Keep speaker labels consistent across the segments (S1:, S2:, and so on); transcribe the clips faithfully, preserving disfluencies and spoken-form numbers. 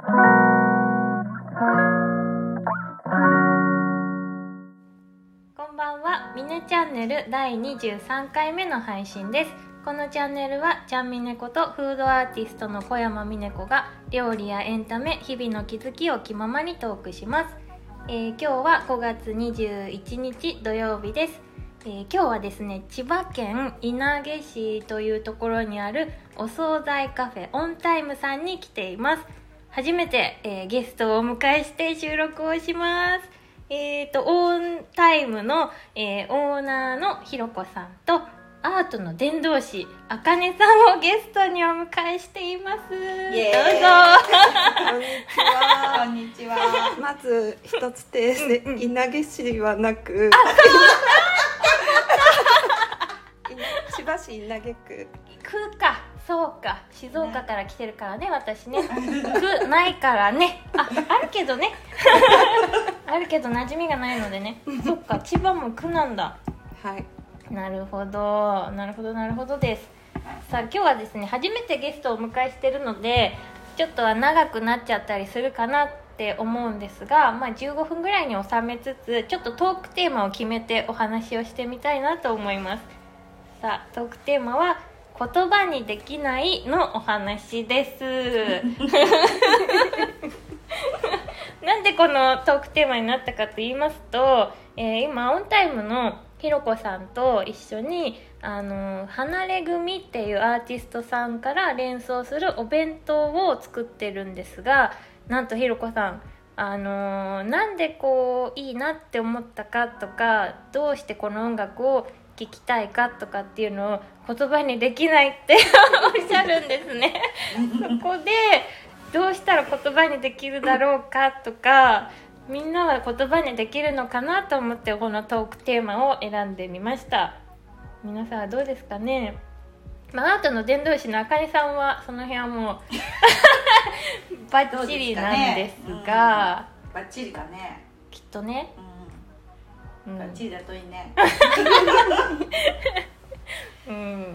S1: こんばんは、ミネチャンネルだいにじゅうさんかいめの配信です。このチャンネルはちゃんみねことフードアーティストの小山みね子が料理やエンタメ、日々の気づきを気ままにトークします。えー、今日はごがつにじゅういちにち土曜日です。えー、今日はですね、千葉県稲毛市というところにあるお惣菜カフェオンタイムさんに来ています。初めて、えー、ゲストをお迎えして収録をします。えーと、オンタイムの、えー、オーナーのひろこさんとアートの伝道師あかねさんをゲストにお迎えしています。どうぞ。
S2: こんにちは。
S3: こんにちは。
S2: まず一つ訂正、うんうん、稲毛市はなく千葉市稲毛区
S1: 区か。そうか、静岡から来てるからね、私ね。区ないからね。あ、あるけどね。あるけど馴染みがないのでね。そっか、千葉も区なんだ。
S2: はい。
S1: なるほど、なるほど、なるほどです。さあ、今日はですね、初めてゲストをお迎えしてるので、ちょっとは長くなっちゃったりするかなって思うんですが、まあじゅうごふんぐらいに収めつつ、ちょっとトークテーマを決めてお話をしてみたいなと思います。さあ、トークテーマは言葉にできないのお話です。なんでこのトークテーマになったかと言いますと、えー、今オンタイムのひろこさんと一緒にあの離れ組っていうアーティストさんから連想するお弁当を作ってるんですが、なんとひろこさん、あのー、なんでこういいなって思ったかとか、どうしてこの音楽を聴きたいかとかっていうのを言葉にできないっておっしゃるんですね。そこでどうしたら言葉にできるだろうかとか、みんなは言葉にできるのかなと思ってこのトークテーマを選んでみました。皆さんはどうですかね。まあ、アートの伝道師のあかねさんはその辺はもうバッチリなんですが、
S3: うん、バッチリかね、
S1: きっとね、
S3: うん、バッチリだといいね。
S1: うん、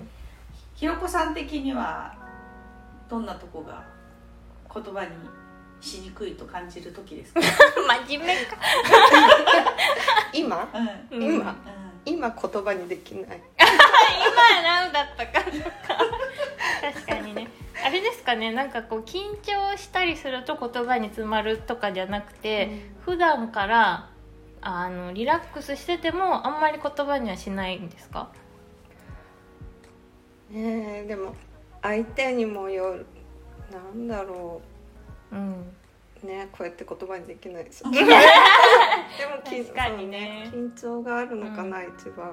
S3: ひろこさん的にはどんなとこが言葉にしにくいと感じる時ですか？
S1: 真面目か。
S2: 今、
S3: うん、
S2: 今、
S3: うん、
S2: 今言葉にできない。
S1: 今何だったかとか。確かにね。あれですかね、なんかこう緊張したりすると言葉に詰まるとかじゃなくて、うん、普段からあのリラックスしててもあんまり言葉にはしないんですか？
S2: ねえ、でも相手にもよる。なんだろう、うんね、こうやって言葉にできないです。でも
S1: 確かにね、
S2: 緊張があるのかな、うん、一番。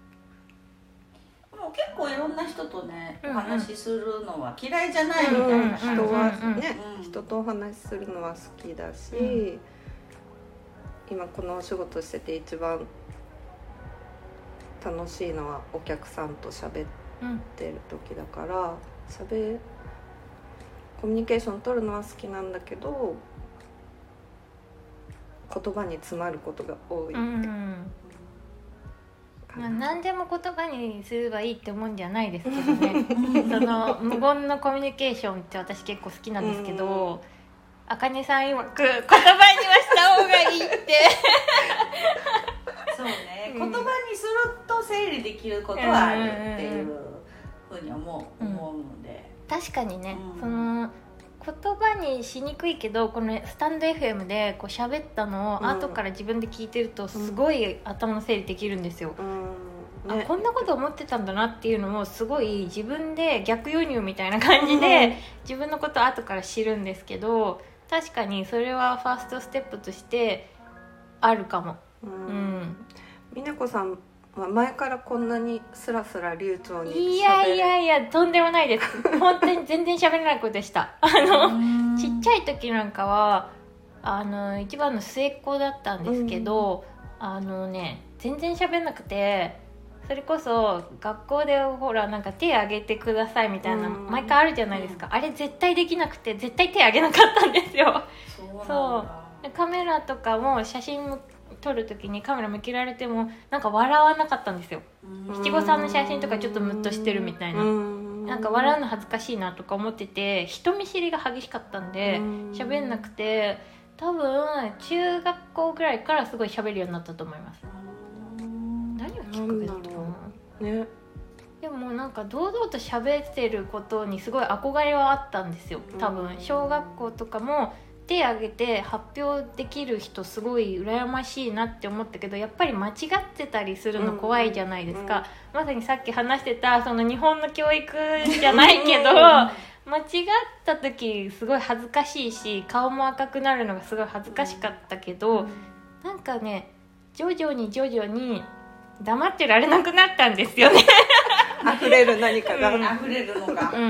S3: もう結構いろんな人とね、お話しするのは嫌いじゃないみたいな感じ。
S2: 人はね、うん、人とお話しするのは好きだし、うん、今このお仕事してて一番楽しいのはお客さんと喋ってる時だから、喋コミュニケーション取るのは好きなんだけど、言葉に詰まることが多いって、うん
S1: まあ、何でも言葉にすればいいって思うんじゃないですけどね。その無言のコミュニケーションって私結構好きなんですけど、あかねさん曰く言葉にはした方がいいって。
S3: そうね、言葉にすると整理できることはあるっていうふうに思う、思うので、
S1: 確かにね、うん、その言葉にしにくいけど、このスタンド エフエム でこう喋ったのを後から自分で聞いてるとすごい頭の整理できるんですよ、うんね、あ、こんなこと思ってたんだなっていうのもすごい自分で逆輸入みたいな感じで、うん、自分のことを後から知るんですけど、確かにそれはファーストステップとしてあるかも。うん、うん、
S2: みねこさん前からこんなにスラスラ流暢に喋る？
S1: いやいやいや、とんでもないです。本当に全然喋れない子でした。あのちっちゃい時なんかはあの一番の末っ子だったんですけど、あのね全然喋れなくて、それこそ学校でほらなんか手挙げてくださいみたいな毎回あるじゃないですか。あれ絶対できなくて絶対手挙げなかったんですよ。そうカメラとかも写真も撮るときにカメラ向けられてもなんか笑わなかったんですよ。七五三の写真とかちょっとムッとしてるみたいな、 なんか笑うの恥ずかしいなとか思ってて、人見知りが激しかったんで喋んなくて、多分中学校ぐらいからすごい喋るようになったと思います。何がきっかけだったかな、ね、でもなんか堂々と喋ってることにすごい憧れはあったんですよ。多分小学校とかも手挙げて発表できる人すごい羨ましいなって思ったけど、やっぱり間違ってたりするの怖いじゃないですか、うんうん、まさにさっき話してたその日本の教育じゃないけど間違った時すごい恥ずかしいし、顔も赤くなるのがすごい恥ずかしかったけど、なんかね徐々に徐々に黙ってられなくなったんですよね
S2: 溢れる何かが、
S3: うん、溢れるのが、
S1: うんうん、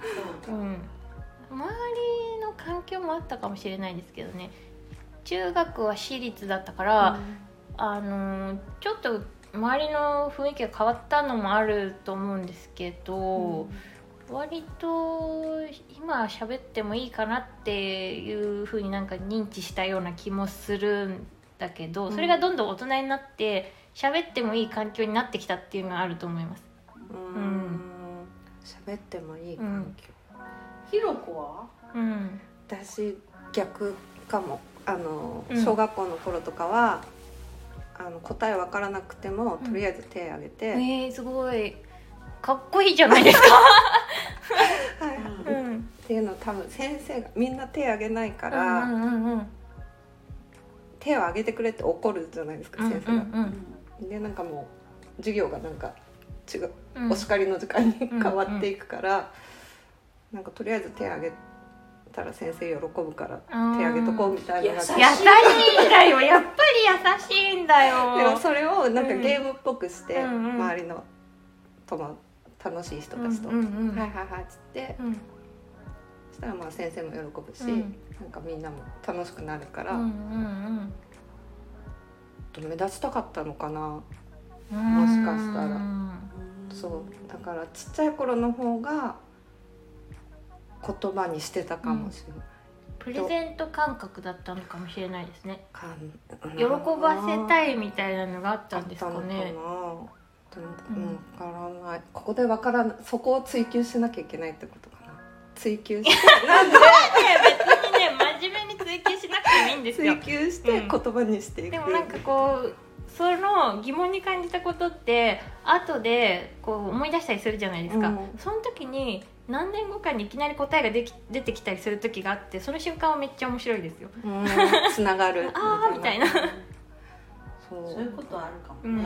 S1: 周りの環境もあったかもしれないですけどね。中学は私立だったから、うん、あのちょっと周りの雰囲気が変わったのもあると思うんですけど、うん、割と今喋ってもいいかなっていう風になんか認知したような気もするんだけど、それがどんどん大人になって喋ってもいい環境になってきたっていうのはあると思います。
S2: うん、喋ってもいい環境、
S3: ひろこは、
S1: うん、
S2: 私逆かも。あの小学校の頃とかは、うん、あの答え分からなくてもとりあえず手挙げて、
S1: うん、えー、すごいかっこいいじゃないですか
S2: はい、うん、っていうの多分先生がみんな手挙げないから、うんうんうん、手を挙げてくれって怒るじゃないですか、先生が、うんうん、でなんかもう授業がなんか違う、うん、お叱りの時間に変わっていくから、うんうん、なんかとりあえず手挙げたら先生喜ぶから手挙げとこうみたいな。優しいん
S1: だよ、やっぱり優しいんだよ。
S2: でもそれをなんかゲームっぽくして、うん、周りのとの楽しい人たちと、うんうんうん、はいはいはいっつって、うん、そしたらまあ先生も喜ぶし、うん、なんかみんなも楽しくなるから、うんうんうん、目立ちたかったのかな、もしかしたら。そうだからちっちゃい頃の方が言葉にしてたかもしれない、うん、
S1: プレゼント感覚だったのかもしれないですね。喜ばせたいみたいなのがあったんですかね。あったのかな、でも、うん、分からない。ここで分からない、そこを追求しなきゃいけないってことかな。追求してなんで別にね真面目に追求しなくてもいいんですよ。
S2: 追求して言葉にしていく、うん、
S1: でもなんかこうその疑問に感じたことって後でこう思い出したりするじゃないですか、うん、その時に何年後かにいきなり答えができ出てきたりする時があって、その瞬間はめっちゃ面白いですよ。
S2: つながる
S1: あーみたいなそう、
S3: そういうことあるかもね、うんうんうん、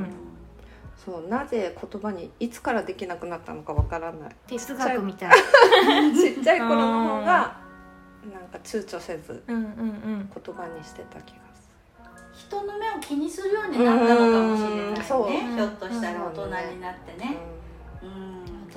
S2: そうなぜ言葉にいつからできなくなったのかわからない。
S1: 哲学みたい
S2: ちっちゃい頃の方がなんか躊躇せず言葉にしてた気がする。
S3: 人の目を気にするようになったのかもしれないね。そう、ひょっとしたら大人になってね、
S1: うん、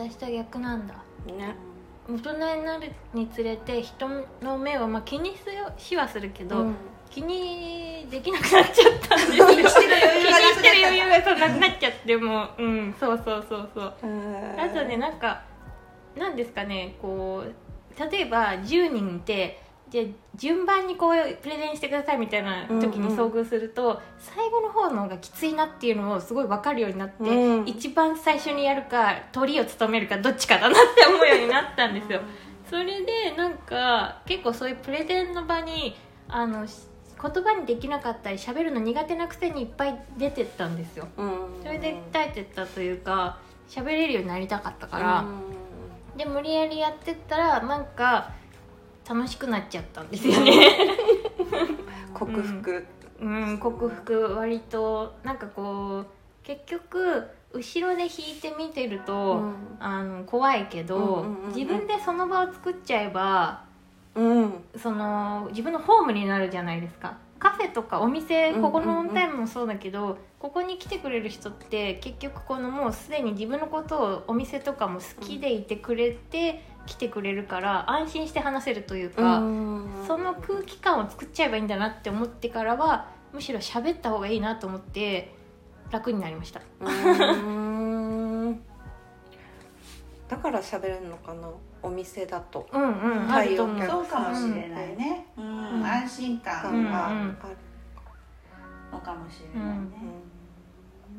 S1: 私と逆なんだ、ね、大人になるにつれて人の目を、まあ、気にしはするけど、うん、気にできなくなっちゃったんですよ。気にしてる余裕がそうなくなっちゃってもう、うん、そうそうそうそう。あとね、なんかなんですかね、こう例えばじゅうにんいて、で順番にこうプレゼンしてくださいみたいな時に遭遇すると、うんうん、最後の方の方がきついなっていうのをすごい分かるようになって、うん、一番最初にやるかトリを務めるかどっちかだなって思うようになったんですよ。それでなんか結構そういうプレゼンの場にあの言葉にできなかったり喋るの苦手なくせにいっぱい出てったんですよ、うん、それで鍛えてったというか喋れるようになりたかったから、うん、で無理やりやってったらなんか楽しくなっちゃったんですよね
S2: 克服、
S1: うんうん、克服割となんかこう結局後ろで弾いて見てると、うん、あの怖いけど、うんうんうんうん、自分でその場を作っちゃえば、うん、その自分のホームになるじゃないですか。カフェとかお店、ここのオンタイムもそうだけど、うんうんうん、ここに来てくれる人って結局このもうすでに自分のことをお店とかも好きでいてくれて来てくれるから安心して話せるというか、うん、その空気感を作っちゃえばいいんだなって思ってからはむしろ喋った方がいいなと思って楽になりました。うー
S2: んだから喋れるのかな、お店だと。
S1: うんうん、あると思う。
S3: そうかもしれないね、うんうん、安心感があるのかもしれないね、うんうん、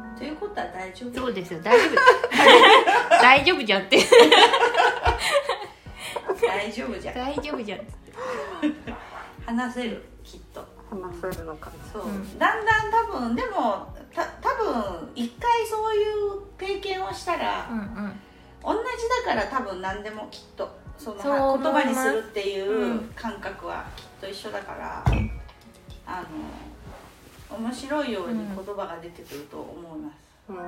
S3: ということは大丈夫。
S1: そうですよ、大丈夫大丈夫じゃんって
S3: 大丈夫じゃん
S1: 大丈夫じゃん
S3: 話せる、きっと
S2: 話せるのかな。
S3: そう、うん、だんだん多分でもた多分一回そういう経験をしたら、うんうん、同じだから多分何でもきっとその
S1: そう
S3: 言葉にするっていう感覚はきっと一緒だから、うん、あの面白いように言葉が出てくると思います。うん、うん、あ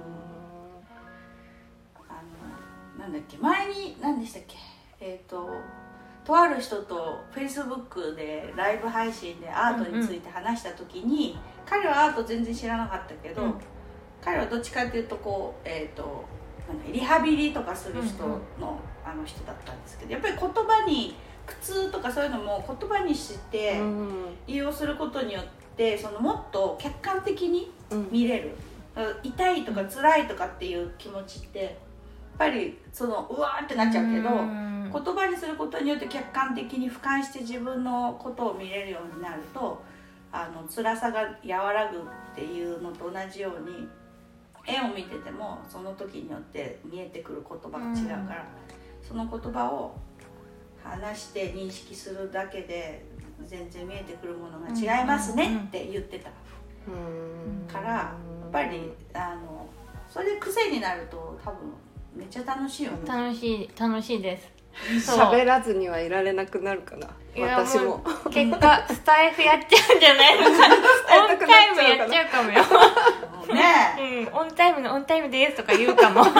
S3: のなんだっけ前に何でしたっけえっ、ー、ととある人とフェイスブックでライブ配信でアートについて話した時に、うんうん、彼はアート全然知らなかったけど、うん、彼はどっちかっていうとこう、えーと、なんかリハビリとかする人の、うんうん、あの人だったんですけど、やっぱり言葉に苦痛とかそういうのも言葉にして利用することによってそのもっと客観的に見れる、うん、痛いとか辛いとかっていう気持ちってやっぱりそのうわーってなっちゃうけど、うん、言葉にすることによって客観的に俯瞰して自分のことを見れるようになるとあの辛さが和らぐっていうのと同じように絵を見ててもその時によって見えてくる言葉が違うから、うん、その言葉を話して認識するだけで全然見えてくるものが違いますねって言ってた、うん、からやっぱりあのそれで癖になると多分めっちゃ楽しいよね。
S1: 楽しい楽しいです。
S2: 喋らずにはいられなくなるかな。私も。
S1: も結果スタイフやっちゃうんじゃないのか。オンタイムやっちゃうかもよ。ね、うん、オンタイムのオンタイムですとか言うかも。うん、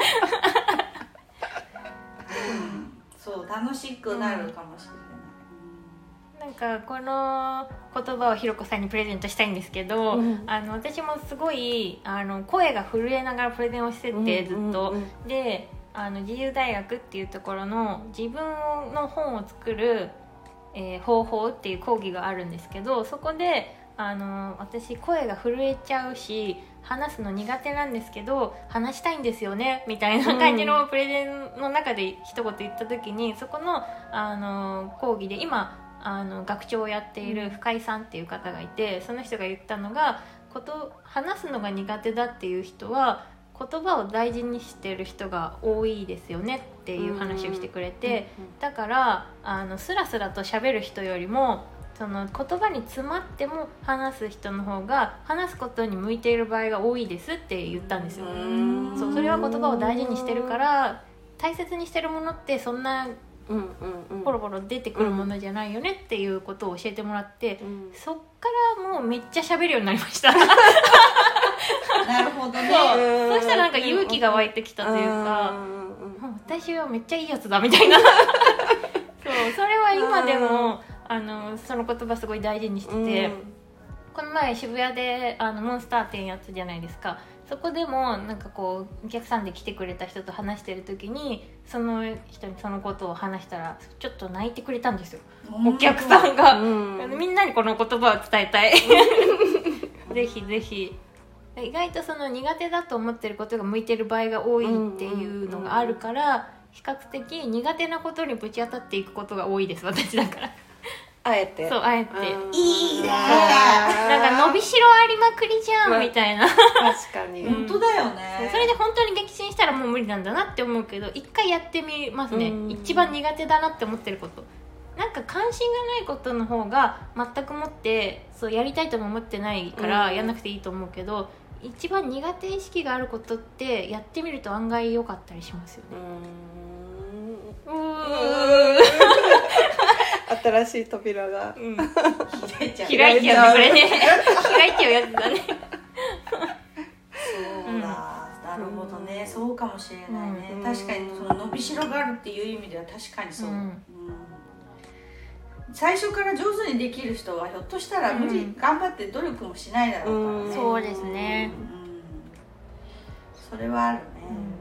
S3: そう楽しくなるかもしれない。
S1: うん、なんかこの言葉をひろこさんにプレゼントしたいんですけど、うん、あの私もすごいあの声が震えながらプレゼンをしててずっと、うんうんうん、であの自由大学っていうところの自分の本を作る、えー、方法っていう講義があるんですけど、そこであの私声が震えちゃうし話すの苦手なんですけど話したいんですよねみたいな感じのプレゼンの中で一言言った時に、そこの、あの講義で今あの学長をやっている深井さんっていう方がいて、その人が言ったのがこと話すのが苦手だっていう人は言葉を大事にしてる人が多いですよねっていう話をしてくれて、だからあのスラスラと喋る人よりもその言葉に詰まっても話す人の方が話すことに向いている場合が多いですって言ったんですよ。そう、それは言葉を大事にしてるから大切にしてるものってそんなポロポロ出てくるものじゃないよねっていうことを教えてもらって、うん、そっからもうめっちゃ喋るようになりましたな
S3: るほどね。
S1: そう、そしたらなんか勇気が湧いてきたというか、もう私はめっちゃいいやつだみたいなそう、それは今でもあのその言葉すごい大事にしてて、うん、この前渋谷であのモンスター店やったじゃないですか。そこでもなんかこうお客さんで来てくれた人と話してる時にその人にそのことを話したらちょっと泣いてくれたんですよ、お客さんが、うん、みんなにこの言葉を伝えたいぜひぜひ。意外とその苦手だと思ってることが向いてる場合が多いっていうのがあるから、比較的苦手なことにぶち当たっていくことが多いです、私だから
S2: あえて。
S1: そう、あえて。
S3: いいね。
S1: なんか伸びしろありまくりじゃん、まあ、みたいな。
S2: 確かに、
S3: うん。本当だよね。
S1: それで本当に激震したらもう無理なんだなって思うけど、一回やってみますね。一番苦手だなって思ってること。なんか関心がないことの方が全くもってそうやりたいとも思ってないからやんなくていいと思うけど、一番苦手意識があることってやってみると案外良かったりしますよね。うーん。うー
S2: 新しい扉が、
S1: うん、開いちゃう開いちゃうこれね開いちゃうやつだね
S3: そうだ、なるほどね、そうかもしれないね、うん、確かにその伸びしろがあるっていう意味では確かにそう、うんうん、最初から上手にできる人はひょっとしたら無理、うん、頑張って努力もしないだろうからね、うん、
S1: そうですね、
S3: うん、それはあるね、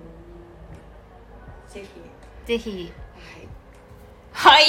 S3: うん、ぜひ
S1: ぜひはい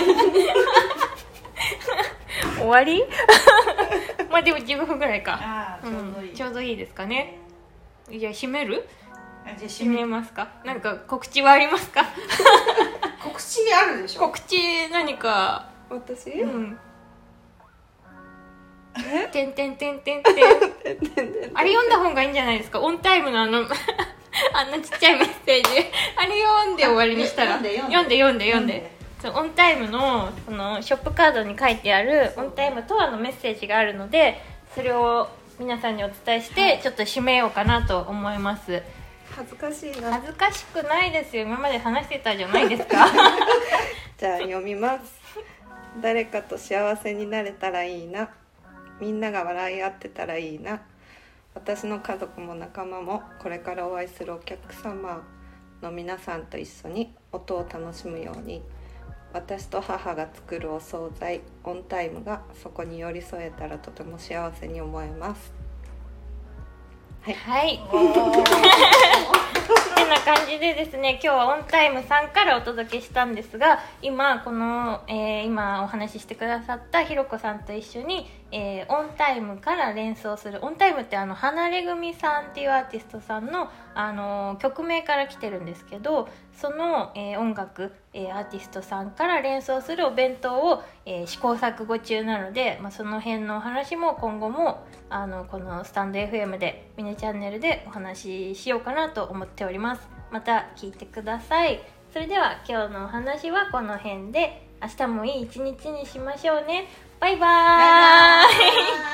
S1: 終わりまあでもじゅうごふんぐらいか。
S3: ああ、ちょうどいい、
S1: うん、ちょうどいいですかね。じゃあ締める？
S3: あ、じゃあ
S1: 締めますか。なんか告知はありますか？
S3: 告知あるでしょ。
S1: 告知何か。
S2: 私？
S1: うん。え？てんてんてんてんてん。 あれ読んだ方がいいんじゃないですか。オンタイムのあのあんなちっちゃいメッセージあれ読んで終わりにしたら読んで読んで読んで読んでそうオンタイムのそのショップカードに書いてあるオンタイムとはのメッセージがあるので、それを皆さんにお伝えしてちょっと締めようかなと思います。
S2: 恥ずかしいな。
S1: 恥ずかしくないですよ、今まで話してたじゃないですか
S2: じゃあ読みます。誰かと幸せになれたらいいな、みんなが笑い合ってたらいいな、私の家族も仲間もこれからお会いするお客様の皆さんと一緒に音を楽しむように、私と母が作るお惣菜オンタイムがそこに寄り添えたらとても幸せに思えます。はい、はいってな感じでですね、今日はオンタイムさんからお届けしたんですが、今この、えー、今お話ししてくださったひろこさんと一緒に、えー、オンタイムから連想する、オンタイムってあの離れ組さんっていうアーティストさんの、あのー、曲名から来てるんですけど、その、えー、音楽、えー、アーティストさんから連想するお弁当を、えー、試行錯誤中なので、まあ、その辺のお話も今後もあのこのスタンド エフエム でミネチャンネルでお話ししようかなと思っております。また聞いてください。それでは今日のお話はこの辺で、明日もいい一日にしましょうね。バイバーイ。